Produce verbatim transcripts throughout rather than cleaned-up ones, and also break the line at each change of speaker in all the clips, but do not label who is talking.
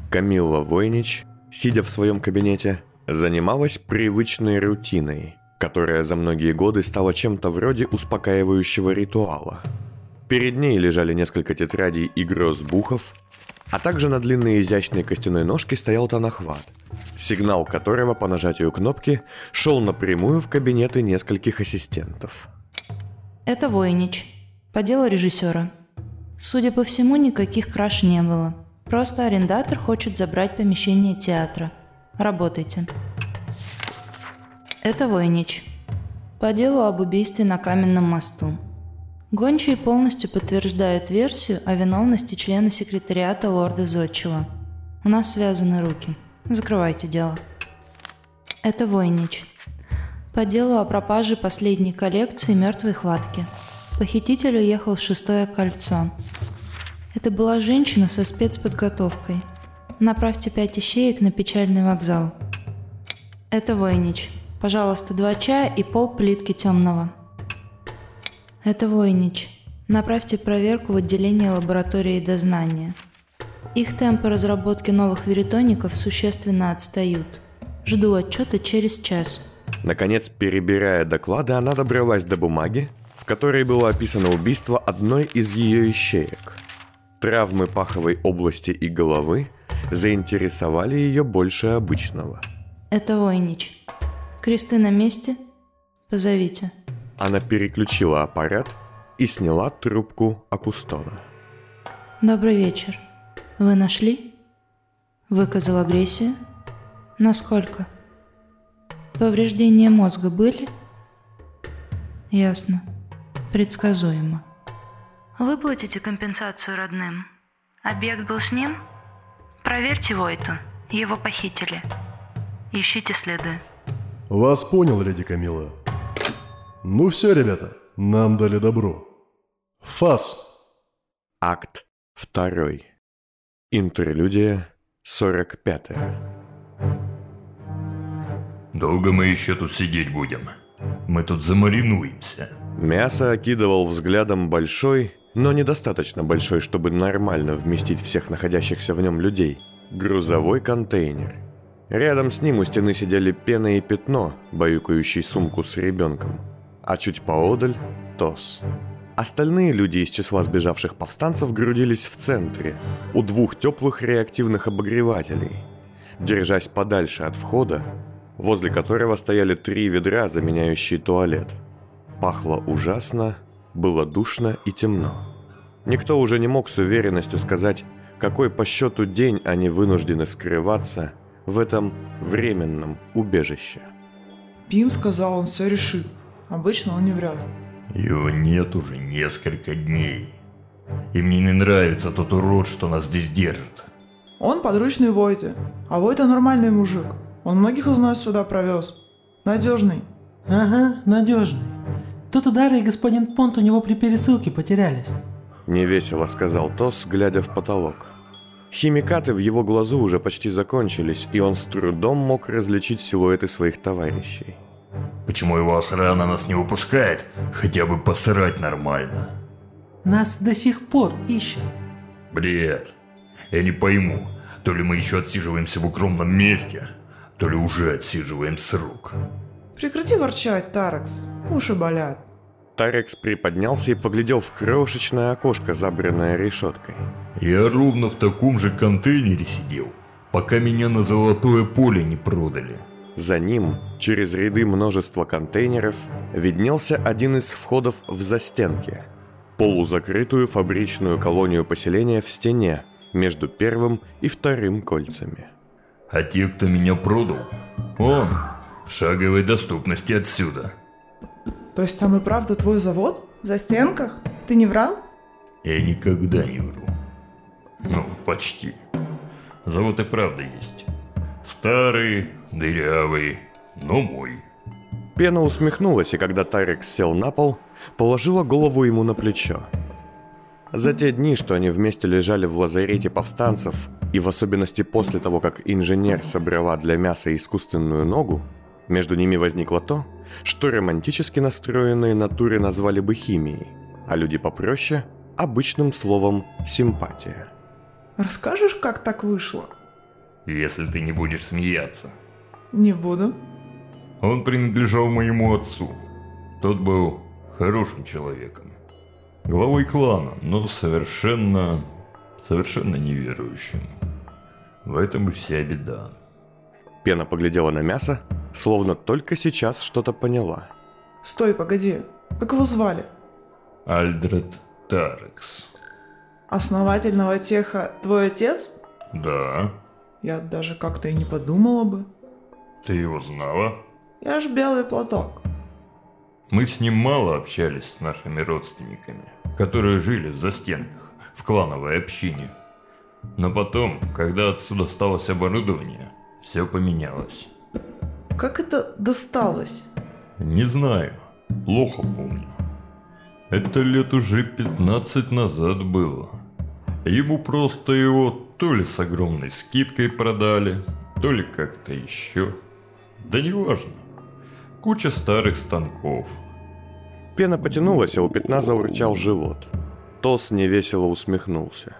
Камилла Войнич, сидя в своем кабинете, занималась привычной рутиной, которая за многие годы стала чем-то вроде успокаивающего ритуала. Перед ней лежали несколько тетрадей и грозбухов, а также на длинной изящной костяной ножке стоял тонохват, сигнал которого по нажатию кнопки шел напрямую в кабинеты нескольких ассистентов.
Это Войнич, по делу режиссера. Судя по всему, никаких краж не было. Просто арендатор хочет забрать помещение театра. Работайте. Это Войнич, по делу об убийстве на Каменном мосту. Гончие полностью подтверждают версию о виновности члена секретариата лорда Зодчего. У нас связаны руки. Закрывайте дело. Это Войнич, по делу о пропаже последней коллекции «Мертвой хватки». Похититель уехал в Шестое кольцо. Это была женщина со спецподготовкой. Направьте пять ищеек на Печальный вокзал. Это Войнич. Пожалуйста, два чая и пол плитки темного. Это Войнич. Направьте проверку в отделение лаборатории дознания. Их темпы разработки новых веритоников существенно отстают. Жду отчета через час.
Наконец, перебирая доклады, она добралась до бумаги, в которой было описано убийство одной из ее ищеек. Травмы паховой области и головы заинтересовали ее больше обычного.
Это Войнич. Кресты на месте? Позовите.
Она переключила аппарат и сняла трубку Акустона.
Добрый вечер. Вы нашли? Выказал агрессию? Насколько? Повреждения мозга были? Ясно. Предсказуемо. Выплатите компенсацию родным. Объект был с ним? Проверьте Войту. Его похитили. Ищите следы.
Вас понял, леди Камилла. Ну все, ребята, нам дали добро. Фас.
Акт второй. Интерлюдия сорок пятая.
Долго мы еще тут сидеть будем? Мы тут замаринуемся.
Мясо окидывал взглядом большой, но недостаточно большой, чтобы нормально вместить всех находящихся в нем людей, грузовой контейнер. Рядом с ним у стены сидели Пена и Пятно, баюкающий сумку с ребенком, а чуть поодаль – Тос. Остальные люди из числа сбежавших повстанцев грудились в центре, у двух теплых реактивных обогревателей, держась подальше от входа, возле которого стояли три ведра, заменяющие туалет. Пахло ужасно, было душно и темно. Никто уже не мог с уверенностью сказать, какой по счету день они вынуждены скрываться в этом временном убежище.
Пим сказал, он все решит. Обычно он не врет.
Его нет уже несколько дней. И мне не нравится тот урод, что нас здесь держит.
Он подручный Войте. А Войта нормальный мужик. Он многих из нас сюда провез. Надежный.
Ага, надежный. Тут удары и господин Понт у него при пересылке потерялись.
Невесело сказал Тос, глядя в потолок. Химикаты в его глазу уже почти закончились, и он с трудом мог различить силуэты своих товарищей.
Почему его охрана нас не выпускает? Хотя бы посрать нормально.
Нас до сих пор ищут.
Бред. Я не пойму, то ли мы еще отсиживаемся в укромном месте, то ли уже отсиживаем срок.
Прекрати ворчать, Тарекс. Уши болят.
Тарекс приподнялся и поглядел в крошечное окошко, забранное решеткой.
Я ровно в таком же контейнере сидел, пока меня на Золотое поле не продали.
За ним, через ряды множества контейнеров, виднелся один из входов в застенки. Полузакрытую фабричную колонию поселения в стене, между первым и вторым кольцами.
А те, кто меня продал, он в шаговой доступности отсюда.
То есть там и правда твой завод? В застенках? Ты не врал?
Я никогда не вру. Ну, почти. Завод и правда есть. Старый, дырявый, но мой.
Пена усмехнулась, и когда Тарекс сел на пол, положила голову ему на плечо. За те дни, что они вместе лежали в лазарете повстанцев, и в особенности после того, как инженер собрала для мяса искусственную ногу, между ними возникло то, что романтически настроенные натуры назвали бы химией, а люди попроще – обычным словом «симпатия».
Расскажешь, как так вышло?
если ты не будешь смеяться.
Не буду.
Он принадлежал моему отцу. Тот был хорошим человеком. Главой клана, но совершенно, совершенно неверующим. В этом и вся беда.
Пена поглядела на мясо, словно только сейчас что-то поняла.
Стой, погоди. Как его звали?
Альдред Тарекс.
Основатель Новотеха твой отец?
Да.
Я даже как-то и не подумала бы.
Ты его знала?
Я ж белый платок.
Мы с ним мало общались с нашими родственниками, которые жили в застенках, в клановой общине. Но потом, когда отсюда осталось оборудование, все поменялось.
Как это досталось?
Не знаю, плохо помню. Это лет уже пятнадцать назад было. Ему просто его то ли с огромной скидкой продали, то ли как-то еще. Да неважно. Куча старых станков.
Пена потянулась, а у пятна заурчал живот. Тос невесело усмехнулся.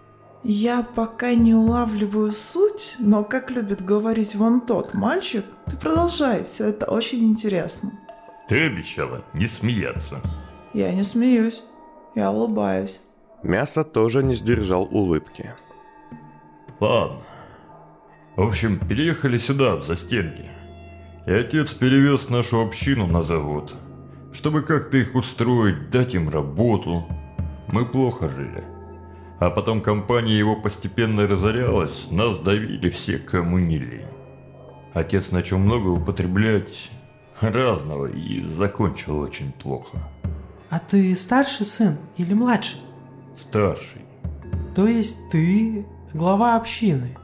Я пока не улавливаю суть, но, как любит говорить вон тот мальчик, ты продолжай, все это очень интересно.
Ты обещала не смеяться.
Я не смеюсь, я улыбаюсь.
Мясо тоже не сдержал улыбки.
Ладно. В общем, переехали сюда, в застенки. И отец перевез нашу общину на завод, чтобы как-то их устроить, дать им работу. Мы плохо жили. А потом компания его постепенно разорялась, нас давили все, кому не лень. Отец начал много употреблять разного и закончил очень плохо.
А ты старший сын или младший?
Старший.
То есть ты глава общины?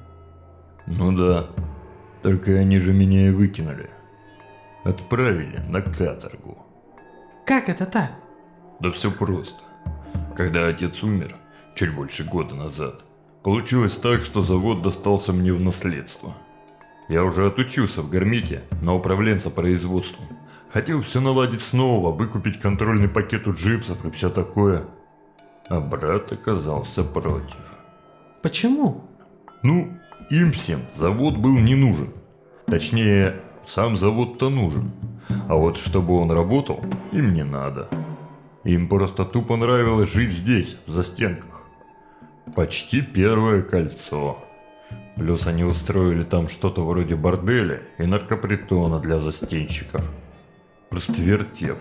Ну да. Только они же меня и выкинули. Отправили на каторгу.
Как это так?
Да все просто. Когда отец умер, чуть больше года назад, получилось так, что завод достался мне в наследство. Я уже отучился в Гармите на управленца производством. Хотел все наладить снова, выкупить контрольный пакет у джипсов и все такое. А брат оказался против.
Почему?
Ну, им всем завод был не нужен. Точнее, сам завод-то нужен. А вот чтобы он работал, им не надо. Им просто тупо нравилось жить здесь, в застенках. Почти первое кольцо. Плюс они устроили там что-то вроде борделя и наркопритона для застенщиков. Просто вертеп.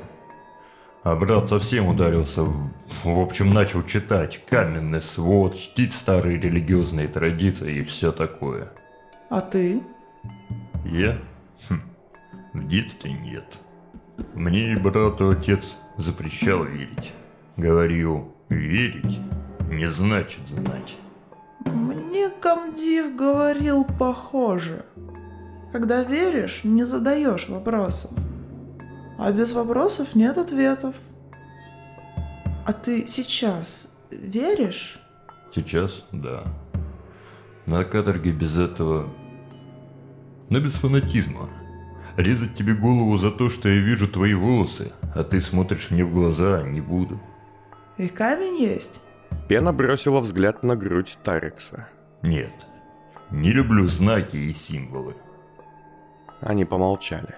А брат совсем ударился, в, в общем, начал читать каменный свод, чтить старые религиозные традиции и все такое.
А ты?
Я? Хм, в детстве нет. Мне и брату отец запрещал верить. Говорил, верить не значит знать.
Мне комдив говорил похоже. Когда веришь, не задаешь вопросов. А без вопросов нет ответов. А ты сейчас веришь?
Сейчас, да. На каторге без этого... Но без фанатизма. Резать тебе голову за то, что я вижу твои волосы, а ты смотришь мне в глаза, не буду.
И камень есть?
Пена бросила взгляд на грудь Тарекса.
Нет, не люблю знаки и символы.
Они помолчали.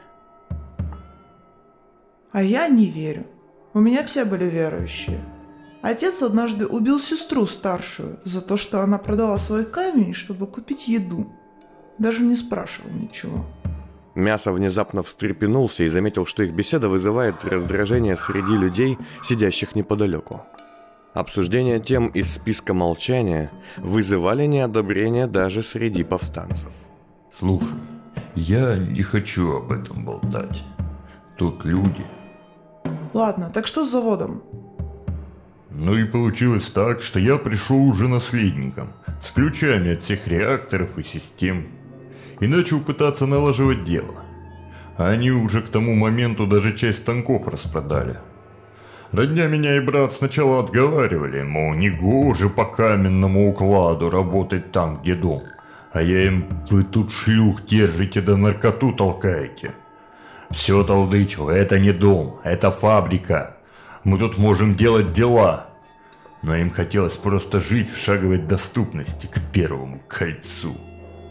А я не верю. У меня все были верующие. Отец однажды убил сестру старшую за то, что она продала свой камень, чтобы купить еду. Даже не спрашивал ничего.
Мясо внезапно встрепенулся и заметил, что их беседа вызывает раздражение среди людей, сидящих неподалеку. Обсуждения тем из списка молчания вызывали неодобрение даже среди повстанцев.
Слушай, я не хочу об этом болтать. Тут люди.
Ладно, так что с заводом?
Ну и получилось так, что я пришел уже наследником, с ключами от всех реакторов и систем, и начал пытаться налаживать дело. А они уже к тому моменту даже часть станков распродали. Родня меня и брат сначала отговаривали, мол, не гоже по каменному укладу работать там, где дом. А я им: вы тут шлюх держите да наркоту толкаете. Все толдычил, это не дом, это фабрика. Мы тут можем делать дела. Но им хотелось просто жить в шаговой доступности к первому кольцу.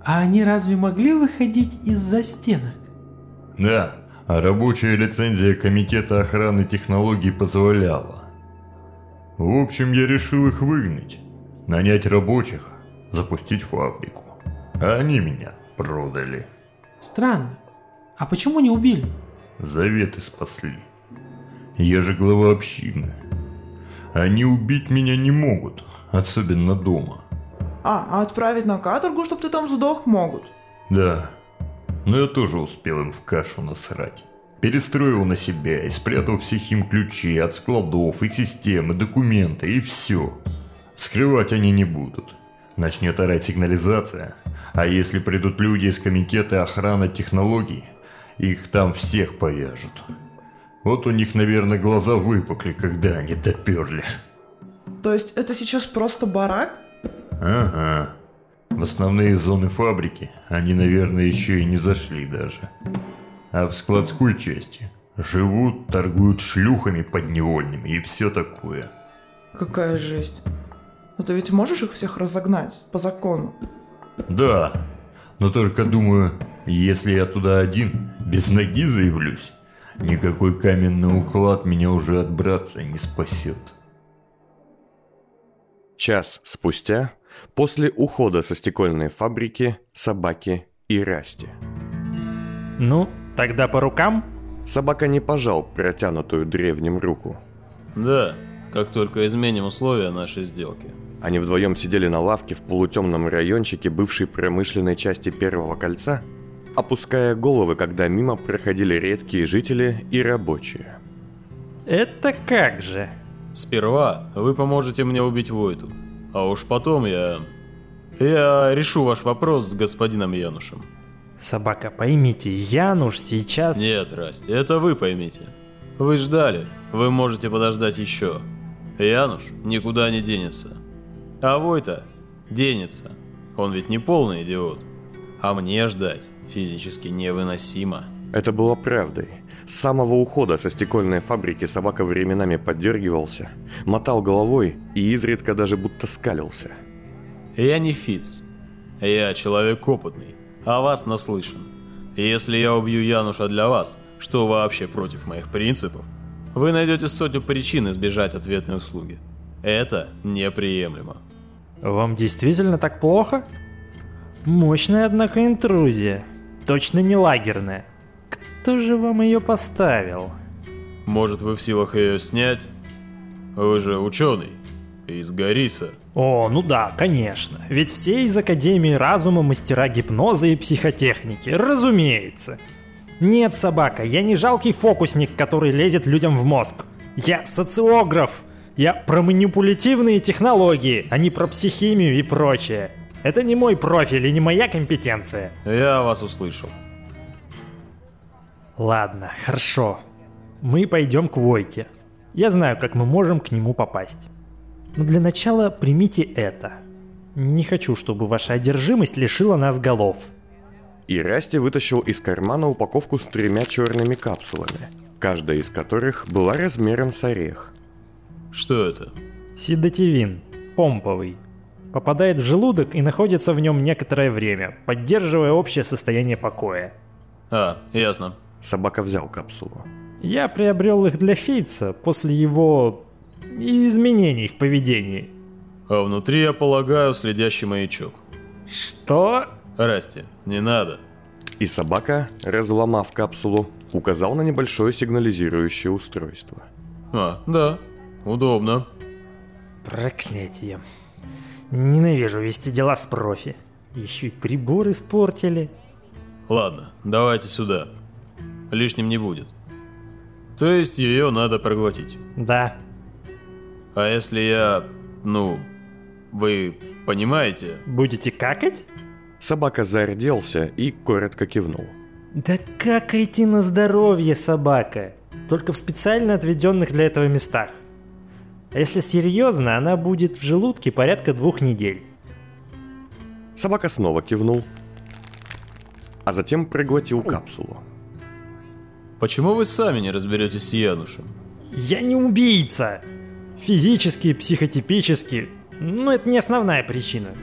А они разве могли выходить из-за стенок?
Да, а рабочая лицензия Комитета охраны технологий позволяла. В общем, я решил их выгнать, нанять рабочих, запустить фабрику. А они меня продали.
Странно. А почему не убили?
Заветы спасли. Я же глава общины. Они убить меня не могут, особенно дома.
А, а отправить на каторгу, чтобы ты там сдох, могут?
Да, но я тоже успел им в кашу насрать. Перестроил на себя и спрятал все хим-ключи от складов и системы, документы и все. Вскрывать они не будут. Начнет орать сигнализация. А если придут люди из Комитета охраны технологий, их там всех повяжут. Вот у них, наверное, глаза выпукли, когда они доперли.
То есть это сейчас просто барак?
Ага. В основные зоны фабрики они, наверное, еще и не зашли даже. А в складской части живут, торгуют шлюхами подневольными и все такое.
Какая жесть. Но ты ведь можешь их всех разогнать по закону?
Да, но только думаю, если я туда один, без ноги заявлюсь, никакой каменный уклад меня уже от братца не спасет.
Час спустя, после ухода со стекольной фабрики, Собаки и Расти.
Ну, тогда по рукам?
Собака не пожал протянутую древним руку.
Да, как только изменим условия нашей сделки.
Они вдвоем сидели на лавке в полутемном райончике бывшей промышленной части Первого кольца, опуская головы, когда мимо проходили редкие жители и рабочие.
Это как же?
Сперва вы поможете мне убить Войту, а уж потом я... Я решу ваш вопрос с господином Янушем.
Собака, поймите, Януш сейчас...
Нет, Расти, это вы поймите. Вы ждали, вы можете подождать еще. Януш никуда не денется. А Войта денется. Он ведь не полный идиот. А мне ждать физически невыносимо.
Это было правдой. С самого ухода со стекольной фабрики Собака временами поддергивался, мотал головой и изредка даже будто скалился.
Я не Фиц. Я человек опытный, а вас наслышан. Если я убью Януша для вас, что вообще против моих принципов, вы найдете сотню причин избежать ответной услуги. Это неприемлемо.
Вам действительно так плохо? Мощная, однако, интрузия. Точно не лагерная. Кто же вам ее поставил?
Может, вы в силах ее снять? Вы же ученый. Из Гориса.
О, ну да, конечно. Ведь все из Академии Разума мастера гипноза и психотехники, разумеется. Нет, Собака, я не жалкий фокусник, который лезет людям в мозг. Я социограф. Я про манипулятивные технологии, а не про психимию и прочее. Это не мой профиль и не моя компетенция.
Я вас услышал.
Ладно, хорошо. Мы пойдем к Войте. Я знаю, как мы можем к нему попасть. Но для начала примите это. Не хочу, чтобы ваша одержимость лишила нас голов.
И Расти вытащил из кармана упаковку с тремя черными капсулами, каждая из которых была размером с орех.
Что это?
Седативин. Помповый. Попадает в желудок и находится в нем некоторое время, поддерживая общее состояние покоя.
А, ясно.
Собака взял капсулу.
Я приобрел их для Фейца после его изменений в поведении.
А внутри, я полагаю, следящий маячок.
Что?
Расти, не надо.
И Собака, разломав капсулу, указал на небольшое сигнализирующее устройство.
А, да, удобно.
Проклятие. Ненавижу вести дела с профи. Еще и прибор испортили.
Ладно, давайте сюда. Лишним не будет. То есть ее надо проглотить.
Да.
А если я... Ну... Вы понимаете?
Будете какать?
Собака зарделся и коротко кивнул.
Да какайте на здоровье, Собака. Только в специально отведенных для этого местах. А если серьезно, она будет в желудке порядка двух недель.
Собака снова кивнул, а затем проглотил капсулу.
Почему вы сами не разберетесь с Янушем?
Я не убийца. Физически, психотипически. Но это не основная причина.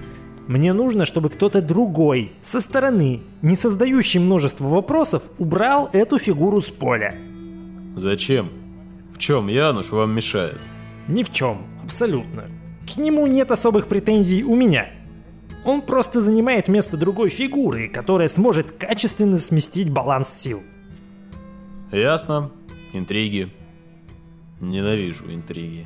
Мне нужно, чтобы кто-то другой, со стороны, не создающий множество вопросов, убрал эту фигуру с поля.
Зачем? В чем Януш вам мешает?
Ни в чем, абсолютно. К нему нет особых претензий у меня. Он просто занимает место другой фигуры, которая сможет качественно сместить баланс сил.
Ясно. Интриги. Ненавижу интриги.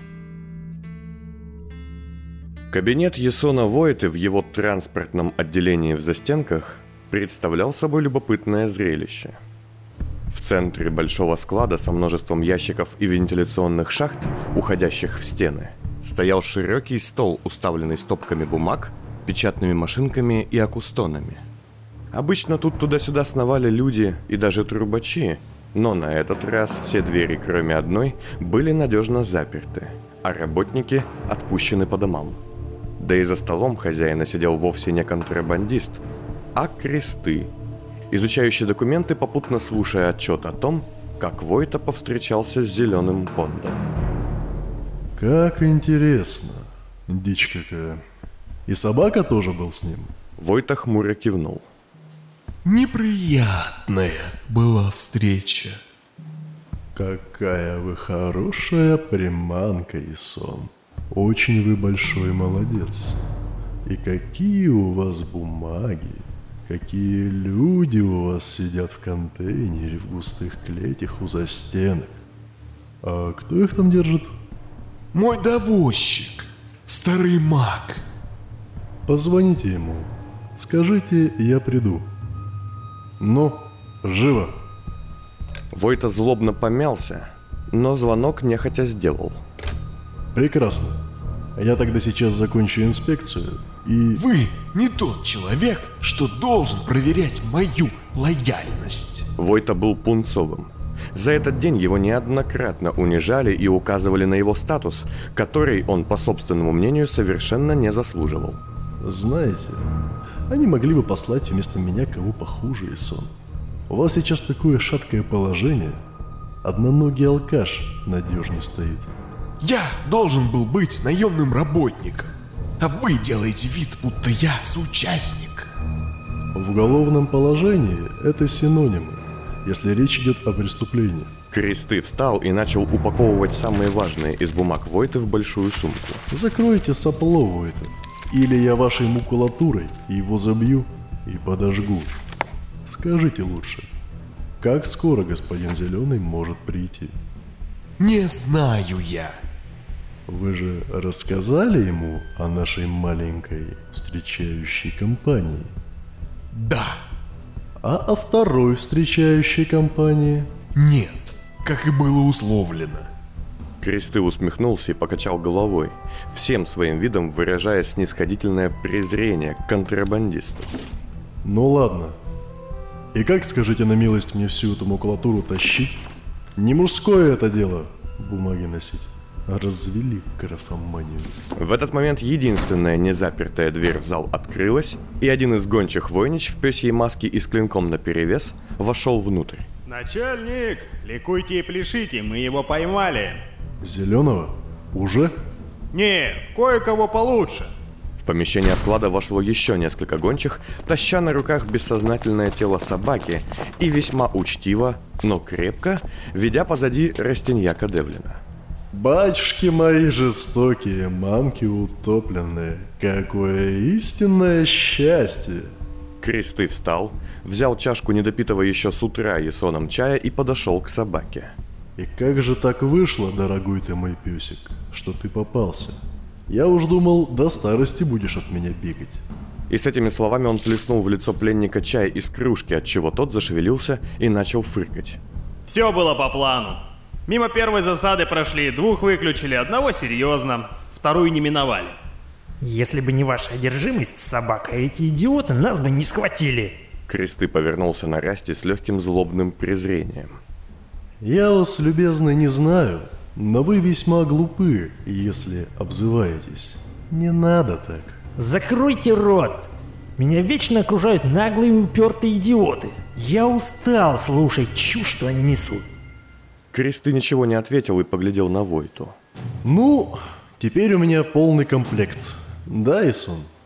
Кабинет Ясона Войты в его транспортном отделении в застенках представлял собой любопытное зрелище. В центре большого склада со множеством ящиков и вентиляционных шахт, уходящих в стены, стоял широкий стол, уставленный стопками бумаг, печатными машинками и акустонами. Обычно тут туда-сюда сновали люди и даже трубачи, но на этот раз все двери, кроме одной, были надежно заперты, а работники отпущены по домам. Да и за столом хозяина сидел вовсе не контрабандист, а кресты, изучающий документы, попутно слушая отчет о том, как Войта повстречался с Зеленым Пондом.
Как интересно. Дичь какая. И собака тоже был с ним?
Войта хмуро кивнул.
Неприятная была встреча.
Какая вы хорошая приманка, Ясон. Очень вы большой молодец. И какие у вас бумаги. Какие люди у вас сидят в контейнере в густых клетях у застенок. А кто их там держит?
Мой довозчик, старый маг.
Позвоните ему. Скажите, я приду. Ну, живо.
Войта злобно помялся, но звонок нехотя сделал.
Прекрасно. Я тогда сейчас закончу инспекцию и...
Вы не тот человек, что должен проверять мою лояльность.
Войта был пунцовым. За этот день его неоднократно унижали и указывали на его статус, который он, по собственному мнению, совершенно не заслуживал.
Знаете, они могли бы послать вместо меня кого похуже, Ясон. У вас сейчас такое шаткое положение. Одноногий алкаш надежнее стоит.
Я должен был быть наемным работником, а вы делаете вид, будто я соучастник.
В уголовном положении это синонимы, если речь идет о преступлении.
Кресты встал и начал упаковывать самые важные из бумаг Войты в большую сумку.
Закройте сопло, Войта, или я вашей макулатурой его забью и подожгу. Скажите лучше, как скоро господин Зеленый может прийти?
Не знаю я.
Вы же рассказали ему о нашей маленькой встречающей компании?
Да.
А о второй встречающей компании?
Нет, как и было условлено.
Кресты усмехнулся и покачал головой, всем своим видом выражая снисходительное презрение к контрабандисту.
Ну ладно. И как, скажите на милость, мне всю эту макулатуру тащить? Не мужское это дело бумаги носить. Развели графоманию.
В этот момент единственная незапертая дверь в зал открылась, и один из гончих войнич в пёсьей маске и с клинком наперевес вошел внутрь.
Начальник, ликуйте и пляшите, мы его поймали.
Зеленого? Уже?
Не, кое-кого получше.
В помещение склада вошло еще несколько гончих, таща на руках бессознательное тело собаки и весьма учтиво, но крепко, ведя позади Растиньяка Девлина.
Батюшки мои жестокие, мамки утопленные, какое истинное счастье!
Кресты встал, взял чашку недопитого еще с утра Ясоном чая и подошел к собаке.
И как же так вышло, дорогой ты мой песик, что ты попался? Я уж думал, до старости будешь от меня бегать.
И с этими словами он плеснул в лицо пленника чай из кружки, отчего тот зашевелился и начал фыркать.
Все было по плану. Мимо первой засады прошли, двух выключили, одного серьезно, вторую не миновали.
Если бы не ваша одержимость с собакой, эти идиоты нас бы не схватили.
Кресты повернулся на Расти с легким злобным презрением.
Я вас, любезный, не знаю, но вы весьма глупы, если обзываетесь. Не надо так.
Закройте рот. Меня вечно окружают наглые и упертые идиоты. Я устал слушать чушь, что они несут.
Кресты ничего не ответил и поглядел на Войту.
Ну, теперь у меня полный комплект. Да, Ясон?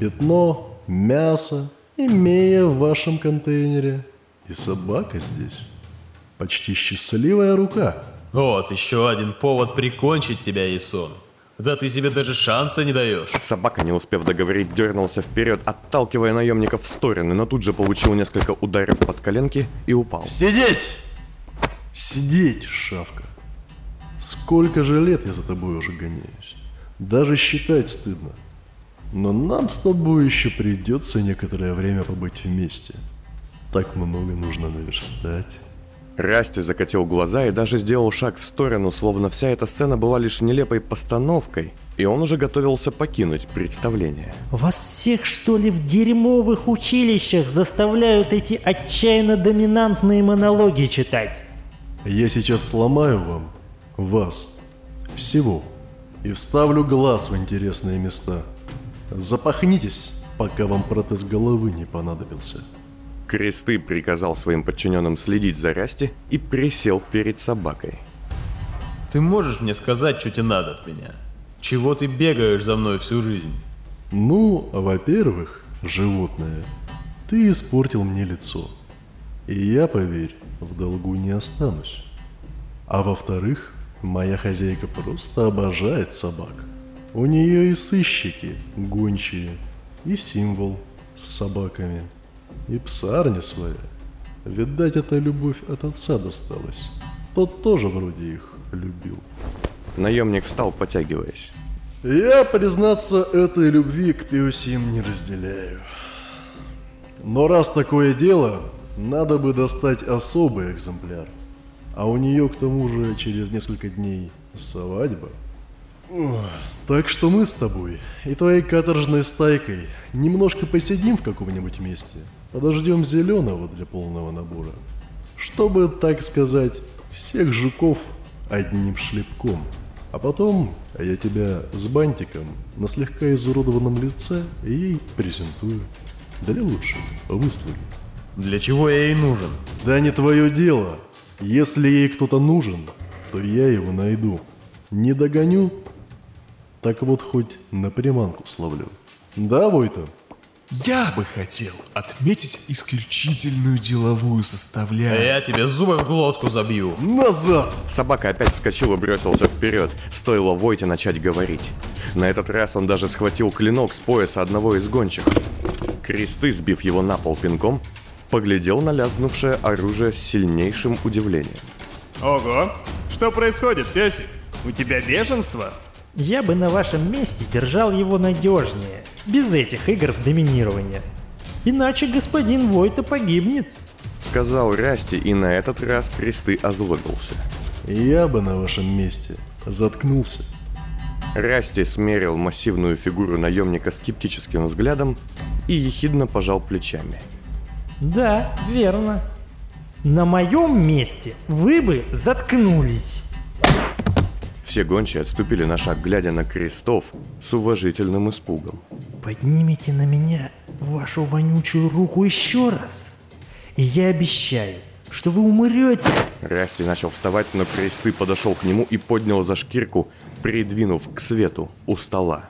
Пятно, мясо, имея в вашем контейнере. И собака здесь. Почти счастливая рука.
Вот, еще один повод прикончить тебя, Ясон. Да ты себе даже шанса не даешь.
Собака, не успев договорить, дернулся вперед, отталкивая наемников в стороны, но тут же получил несколько ударов под коленки и упал.
Сидеть! Сидеть, шавка. Сколько же лет я за тобой уже гоняюсь. Даже считать стыдно. Но нам с тобой еще придется некоторое время побыть вместе. Так много нужно наверстать.
Расти закатил глаза и даже сделал шаг в сторону, словно вся эта сцена была лишь нелепой постановкой, и он уже готовился покинуть представление.
Вас всех, что ли, в дерьмовых училищах заставляют эти отчаянно доминантные монологи читать?
Я сейчас сломаю вам, вас, всего, и вставлю глаз в интересные места. Запахнитесь, пока вам протез головы не понадобился.
Кресты приказал своим подчиненным следить за Расти и присел перед собакой.
Ты можешь мне сказать, что тебе надо от меня? Чего ты бегаешь за мной всю жизнь?
Ну, во-первых, животное, ты испортил мне лицо. И я, поверь, в долгу не останусь. А во-вторых, моя хозяйка просто обожает собак. У нее и сыщики, гончие, и символ с собаками. И псарня своя. Видать, эта любовь от отца досталась. Тот тоже вроде их любил.
Наемник встал, потягиваясь.
Я, признаться, этой любви к пёсьим не разделяю. Но раз такое дело, надо бы достать особый экземпляр. А у нее, к тому же, через несколько дней свадьба. Ох, так что мы с тобой и твоей каторжной стайкой немножко посидим в каком-нибудь месте. Подождем зеленого для полного набора. Чтобы, так сказать, всех жуков одним шлепком. А потом я тебя с бантиком на слегка изуродованном лице ей презентую. Для лучше, выставлю.
Для чего я ей нужен?
Да не твое дело. Если ей кто-то нужен, то я его найду. Не догоню, так вот хоть на приманку словлю. Да, Войта?
Я бы хотел отметить исключительную деловую составляющую.
Я тебе зубы в глотку забью.
Назад!
Собака опять вскочил и бросился вперед. Стоило Войте начать говорить. На этот раз он даже схватил клинок с пояса одного из гончих. Кресты, сбив его на пол пинком, поглядел на лязгнувшее оружие с сильнейшим удивлением.
Ого! Что происходит, песик? У тебя бешенство?
Я бы на вашем месте держал его надежнее, без этих игр в доминирование. Иначе господин Войта погибнет.
Сказал Расти, и на этот раз Кресты озлобился.
Я бы на вашем месте заткнулся.
Расти смерил массивную фигуру наемника скептическим взглядом и ехидно пожал плечами.
Да, верно. На моем месте вы бы заткнулись.
Все гончие отступили на шаг, глядя на Крестов с уважительным испугом.
Поднимите на меня вашу вонючую руку еще раз, и я обещаю, что вы умрете.
Расти начал вставать, но Кресты подошел к нему и поднял за шкирку, придвинув к свету у стола.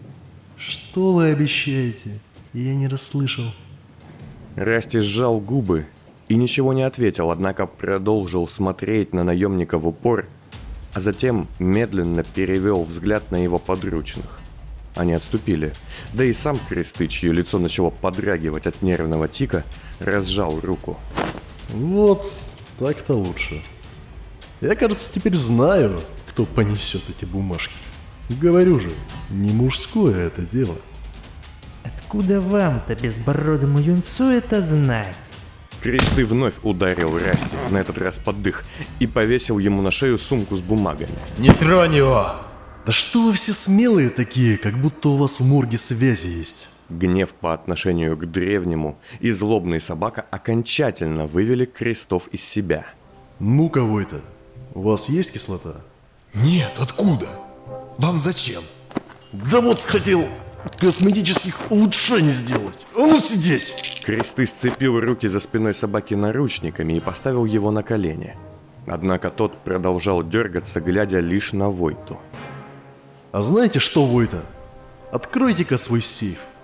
Что вы обещаете? Я не расслышал.
Расти сжал губы и ничего не ответил, однако продолжил смотреть на наемника в упор, а затем медленно перевел взгляд на его подручных. Они отступили, да и сам Кресты, чье лицо начало подрагивать от нервного тика, разжал руку.
Вот, так-то лучше. Я, кажется, теперь знаю, кто понесет эти бумажки. Говорю же, не мужское это дело.
Откуда вам-то, безбородому юнцу, это знать?
Кресты вновь ударил Расти, на этот раз под дых, и повесил ему на шею сумку с бумагами.
Не тронь его!
Да что вы все смелые такие, как будто у вас в морге связи есть.
Гнев по отношению к древнему и злобный собака окончательно вывели Крестов из себя.
Ну, кого-то, у вас есть кислота?
Нет, откуда? Вам зачем?
Да вот хотел косметических улучшений сделать. А ну сидеть!
Кресты сцепил руки за спиной собаки наручниками и поставил его на колени. Однако тот продолжал дергаться, глядя лишь на Войту.
А знаете что, Войта? Откройте-ка свой сейф.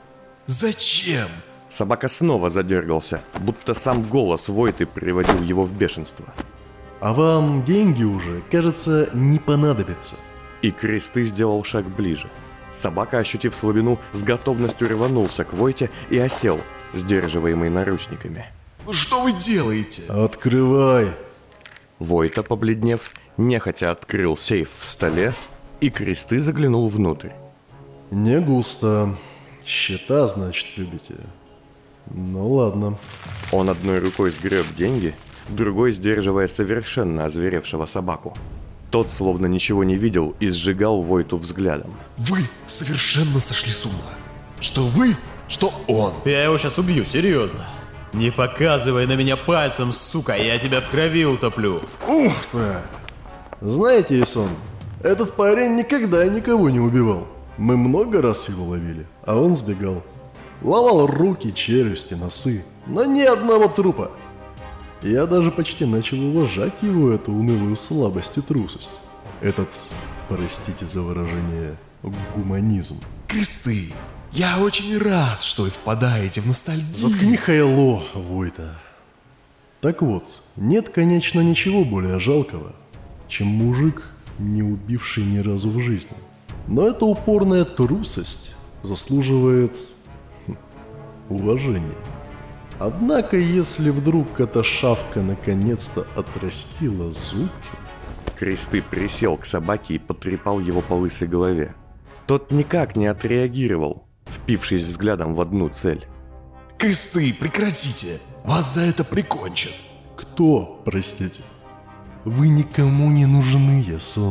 Зачем?
Собака снова задергался, будто сам голос Войты приводил его в бешенство.
А вам деньги уже, кажется, не понадобятся.
И Кресты сделал шаг ближе. Собака, ощутив слабину, с готовностью рванулся к Войте и осел, сдерживаемый наручниками.
Что вы делаете?
Открывай!
Войта, побледнев, нехотя открыл сейф в столе, и Кресты заглянул внутрь.
Не густо. Счета, значит, любите. Ну ладно.
Он одной рукой сгреб деньги, другой сдерживая совершенно озверевшего собаку. Тот словно ничего не видел и сжигал Войту взглядом.
Вы совершенно сошли с ума. Что вы, что он.
Я его сейчас убью, серьезно. Не показывай на меня пальцем, сука, я тебя в крови утоплю.
Ух ты! Знаете, Исон, этот парень никогда никого не убивал. Мы много раз его ловили, а он сбегал. Ломал руки, челюсти, носы, но ни одного трупа. Я даже почти начал уважать его эту унылую слабость и трусость. Этот, простите за выражение, гуманизм.
Кресты, я очень рад, что вы впадаете в ностальгию.
Заткни хайло, Войта. Так вот, нет, конечно, ничего более жалкого, чем мужик, не убивший ни разу в жизни. Но эта упорная трусость заслуживает хм, уважения. Однако, если вдруг эта шавка наконец-то отрастила зубки...
Кресты присел к собаке и потрепал его по лысой голове. Тот никак не отреагировал, впившись взглядом в одну цель.
Кресты, прекратите! Вас за это прикончат!
Кто, простите? Вы никому не нужны, Ясон.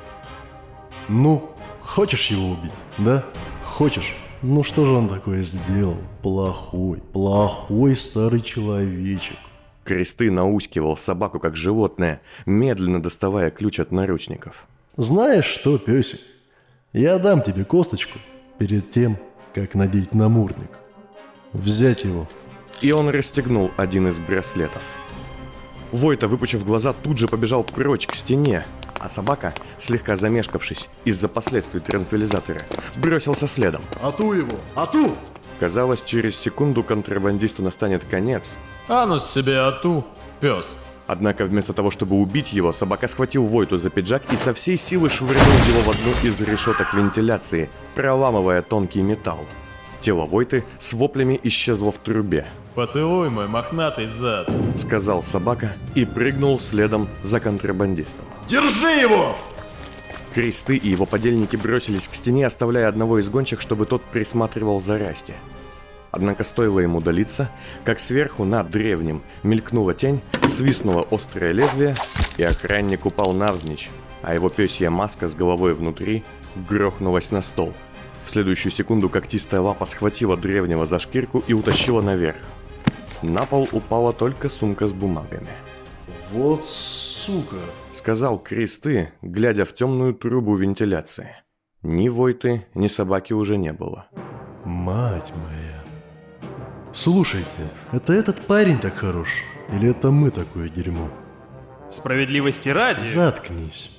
Ну, хочешь его убить, да? Хочешь? Ну что же он такое сделал? Плохой, плохой старый человечек.
Кресты наускивал собаку как животное, медленно доставая ключ от наручников.
Знаешь что, песик? Я дам тебе косточку перед тем, как надеть намордник. Взять его.
И он расстегнул один из браслетов. Войта, выпучив глаза, тут же побежал прочь к стене, а собака, слегка замешкавшись из-за последствий транквилизатора, бросился следом.
Ату его! Ату!
Казалось, через секунду контрабандисту настанет конец.
Анус себе ату, пес.
Однако вместо того, чтобы убить его, собака схватил Войту за пиджак и со всей силы швырнул его в одну из решеток вентиляции, проламывая тонкий металл. Тело Войты с воплями исчезло в трубе.
«Поцелуй мой мохнатый зад»,
— сказал собака и прыгнул следом за контрабандистом.
«Держи его!»
Кресты и его подельники бросились к стене, оставляя одного из гончих, чтобы тот присматривал за Расти. Однако стоило ему удалиться, как сверху над древним мелькнула тень, свистнуло острое лезвие, и охранник упал навзничь, а его пёсья маска с головой внутри грохнулась на стол. В следующую секунду когтистая лапа схватила древнего за шкирку и утащила наверх. На пол упала только сумка с бумагами.
«Вот сука!»
— сказал Кресты, глядя в темную трубу вентиляции. Ни Войты, ни собаки уже не было.
«Мать моя! Слушайте, это этот парень так хорош? Или это мы такое дерьмо?»
Справедливости ради...
Заткнись.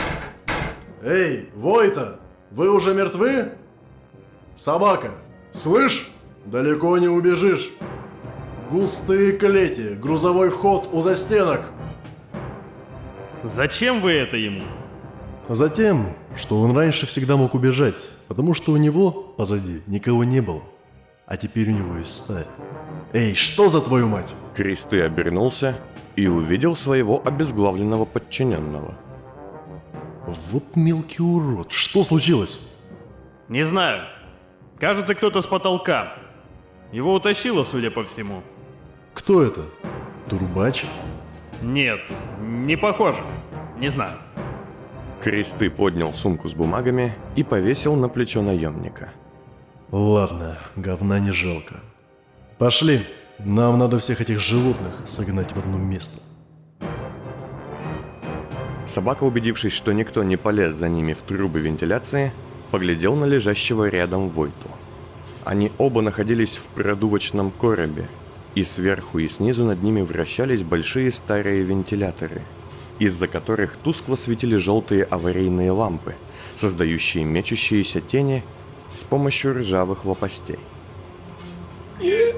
Эй, Войта! Вы уже мертвы? Собака, слышь? Далеко не убежишь. Густые клети, грузовой вход у застенок.
Зачем вы это ему?
Затем, что он раньше всегда мог убежать, потому что у него позади никого не было. А теперь у него есть стая. Эй, что за твою мать?
Кресты обернулся и увидел своего обезглавленного подчиненного.
Вот мелкий урод, что случилось?
Не знаю. Кажется, кто-то с потолка. Его утащило, судя по всему.
Кто это? Трубач?
Нет, не похоже. Не знаю.
Кресты поднял сумку с бумагами и повесил на плечо наемника.
Ладно, говна не жалко. Пошли, нам надо всех этих животных согнать в одно место.
Собака, убедившись, что никто не полез за ними в трубы вентиляции, поглядел на лежащего рядом Войту. Они оба находились в продувочном коробе, и сверху и снизу над ними вращались большие старые вентиляторы, из-за которых тускло светили желтые аварийные лампы, создающие мечущиеся тени с помощью ржавых лопастей.
Не...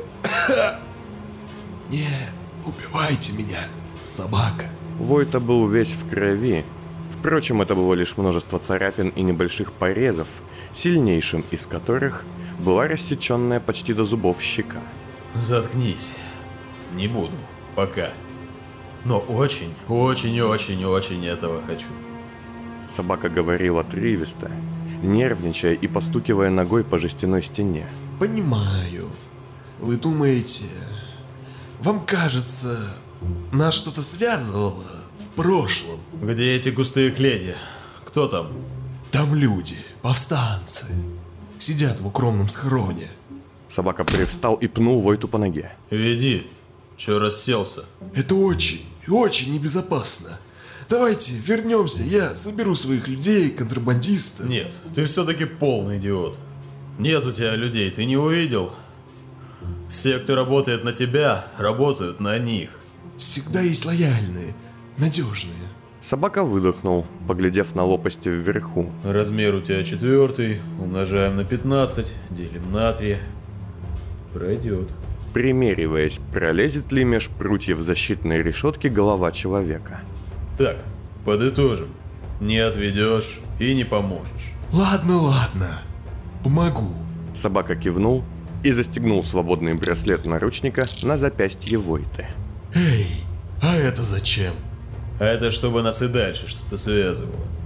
Не убивайте меня, собака.
Войта был весь в крови. Впрочем, это было лишь множество царапин и небольших порезов, сильнейшим из которых была рассеченная почти до зубов щека.
Заткнись. Не буду. Пока. Но очень, очень, очень, очень этого хочу.
Собака говорила отрывисто, нервничая и постукивая ногой по жестяной стене.
Понимаю. Вы думаете... Вам кажется, нас что-то связывало в прошлом.
Где эти густые кледи? Кто там?
Там люди, повстанцы. Сидят в укромном схроне.
Собака привстал и пнул Войту по ноге.
Веди. Чё расселся?
Это очень, очень небезопасно. Давайте вернемся, я соберу своих людей, контрабандистов.
Нет, ты все-таки полный идиот. Нет у тебя людей, ты не увидел? Все, кто работает на тебя, работают на них.
Всегда есть лояльные, надежные.
Собака выдохнул, поглядев на лопасти вверху.
Размер у тебя четвертый, умножаем на пятнадцать, делим на три. Пройдет.
Примериваясь, пролезет ли меж прутьев защитной решетки голова человека.
Так, подытожим. Не отведешь и не поможешь.
Ладно, ладно. Помогу.
Собака кивнул и застегнул свободный браслет наручника на запястье Войты.
Эй, а это зачем?
Это чтобы нас и дальше что-то связывало.